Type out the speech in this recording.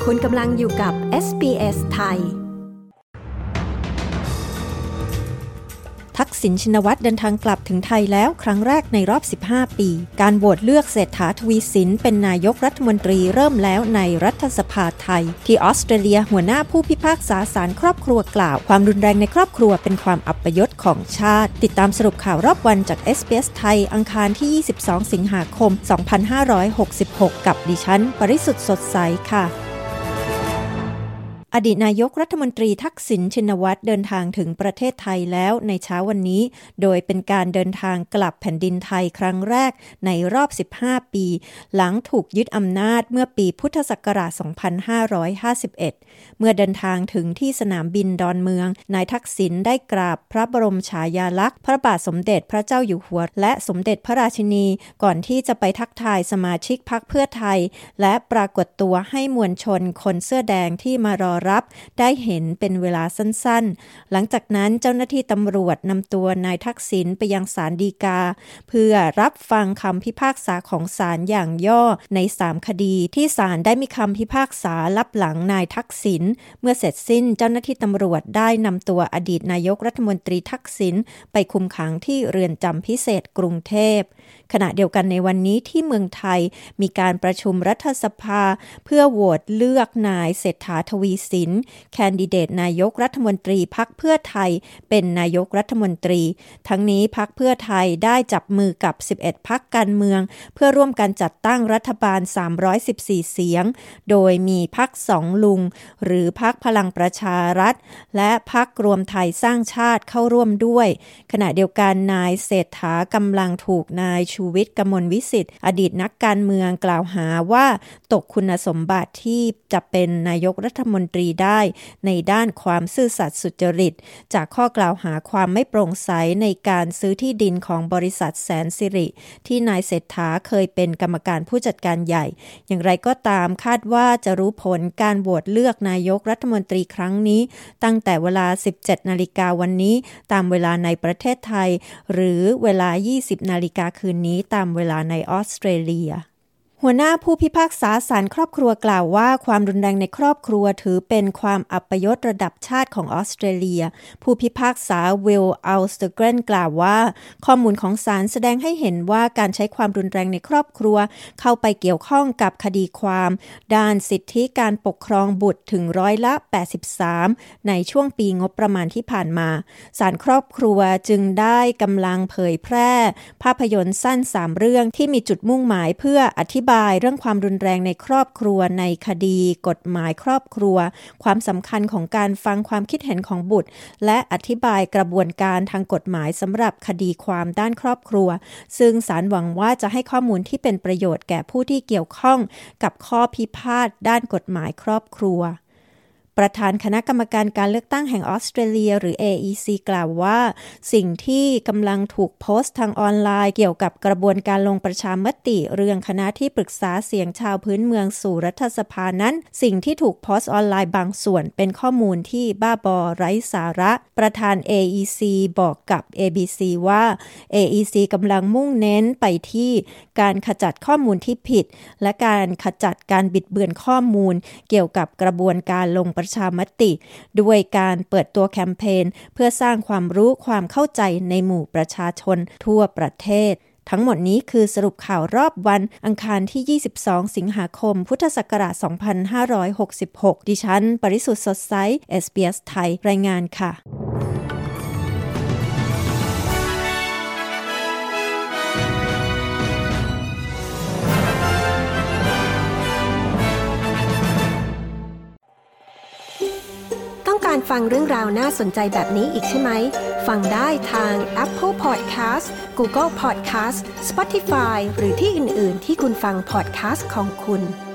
คุณกำลังอยู่กับ SBS ไทยทักษิณชินวัตรเดินทางกลับถึงไทยแล้วครั้งแรกในรอบ15ปีการโหวตเลือกเศรษฐาทวีสินเป็นนายกรัฐมนตรีเริ่มแล้วในรัฐสภาไทยที่ออสเตรเลียหัวหน้าผู้พิพากษาศาลครอบครัวกล่าวความรุนแรงในครอบครัวเป็นความอัปยศของชาติติดตามสรุปข่าวรอบวันจาก SBS ไทยอังคารที่22สิงหาคม2566กับดิฉันปริสุทธิ์สดใสค่ะอดีตนายกรัฐมนตรีทักษิณชินวัตรเดินทางถึงประเทศไทยแล้วในเช้าวันนี้โดยเป็นการเดินทางกลับแผ่นดินไทยครั้งแรกในรอบ15ปีหลังถูกยึดอำนาจเมื่อปีพุทธศักราช2551เมื่อเดินทางถึงที่สนามบินดอนเมืองนายทักษิณได้กราบพระบรมฉายาลักษณ์พระบาทสมเด็จพระเจ้าอยู่หัวและสมเด็จพระราชินีก่อนที่จะไปทักทายสมาชิกพรรคเพื่อไทยและปรากฏตัวให้มวลชนคนเสื้อแดงที่มารอรับได้เห็นเป็นเวลาสั้นๆหลังจากนั้นเจ้าหน้าที่ตำรวจนำตัวนายทักษิณไปยังศาลฎีกาเพื่อรับฟังคำพิพากษาของศาลอย่างย่อใน3คดีที่ศาลได้มีคำพิพากษาลับหลังนายทักษิณเมื่อเสร็จสิ้นเจ้าหน้าที่ตำรวจได้นำตัวอดีตนายกรัฐมนตรีทักษิณไปคุมขังที่เรือนจำพิเศษกรุงเทพขณะเดียวกันในวันนี้ที่เมืองไทยมีการประชุมรัฐสภาเพื่อโหวตเลือกนายเศรษฐาทวีสินแคนดิเดตนายกรัฐมนตรีพรรคเพื่อไทยเป็นนายกรัฐมนตรีทั้งนี้พรรคเพื่อไทยได้จับมือกับ11พรรคการเมืองเพื่อร่วมกันจัดตั้งรัฐบาล314เสียงโดยมีพรรค2ลุงหรือพรรคพลังประชารัฐและพรรครวมไทยสร้างชาติเข้าร่วมด้วยขณะเดียวกันนายเศรษฐากำลังถูกนายชูวิทย์กมลวิสิทธิ์อดีตนักการเมืองกล่าวหาว่าตกคุณสมบัติที่จะเป็นนายกรัฐมนตรีได้ในด้านความซื่อสัตย์สุจริตจากข้อกล่าวหาความไม่โปร่งใสในการซื้อที่ดินของบริษัทแสนสิริที่นายเศรษฐาเคยเป็นกรรมการผู้จัดการใหญ่อย่างไรก็ตามคาดว่าจะรู้ผลการโหวตเลือกนายกรัฐมนตรีครั้งนี้ตั้งแต่เวลา 17:00 น.วันนี้ตามเวลาในประเทศไทยหรือเวลา 20:00 น.คืนนี้ตามเวลาในออสเตรเลียหัวหน้าผู้พิพากษาศาลครอบครัวกล่าวว่าความรุนแรงในครอบครัวถือเป็นความอัปยศระดับชาติของออสเตรเลียผู้พิพากษาวิล อัลสเตอร์เกรนกล่าวว่าข้อมูลของศาลแสดงให้เห็นว่าการใช้ความรุนแรงในครอบครัวเข้าไปเกี่ยวข้องกับคดีความด้านสิทธิการปกครองบุตรถึง83%ในช่วงปีงบประมาณที่ผ่านมาศาลครอบครัวจึงได้กำลังเผยแพร่ภาพยนตร์สั้น3เรื่องที่มีจุดมุ่งหมายเพื่ออธิบายเรื่องความรุนแรงในครอบครัวในคดีกฎหมายครอบครัวความสำคัญของการฟังความคิดเห็นของบุตรและอธิบายกระบวนการทางกฎหมายสำหรับคดีความด้านครอบครัวซึ่งศาลหวังว่าจะให้ข้อมูลที่เป็นประโยชน์แก่ผู้ที่เกี่ยวข้องกับข้อพิพาทด้านกฎหมายครอบครัวประธานคณะกรรมการการเลือกตั้งแห่งออสเตรเลียหรือ AEC กล่าวว่าสิ่งที่กำลังถูกโพสต์ทางออนไลน์เกี่ยวกับกระบวนการลงประชามติเรื่องคณะที่ปรึกษาเสียงชาวพื้นเมืองสู่รัฐสภานั้นสิ่งที่ถูกโพสต์ออนไลน์บางส่วนเป็นข้อมูลที่บ้าบอไร้สาระประธาน AEC บอกกับ ABC ว่า AEC กำลังมุ่งเน้นไปที่การขจัดข้อมูลที่ผิดและการขจัดการบิดเบือนข้อมูลเกี่ยวกับกระบวนการลงประชามติด้วยการเปิดตัวแคมเปญเพื่อสร้างความรู้ความเข้าใจในหมู่ประชาชนทั่วประเทศทั้งหมดนี้คือสรุปข่าวรอบวันอังคารที่22สิงหาคมพุทธศักราช2566ดิฉันปริสุทธิ์สดใส SBS ไทยรายงานค่ะการฟังเรื่องราวน่าสนใจแบบนี้อีกใช่ไหมฟังได้ทาง Apple Podcast Google Podcast Spotify หรือที่อื่นๆที่คุณฟัง podcast ของคุณ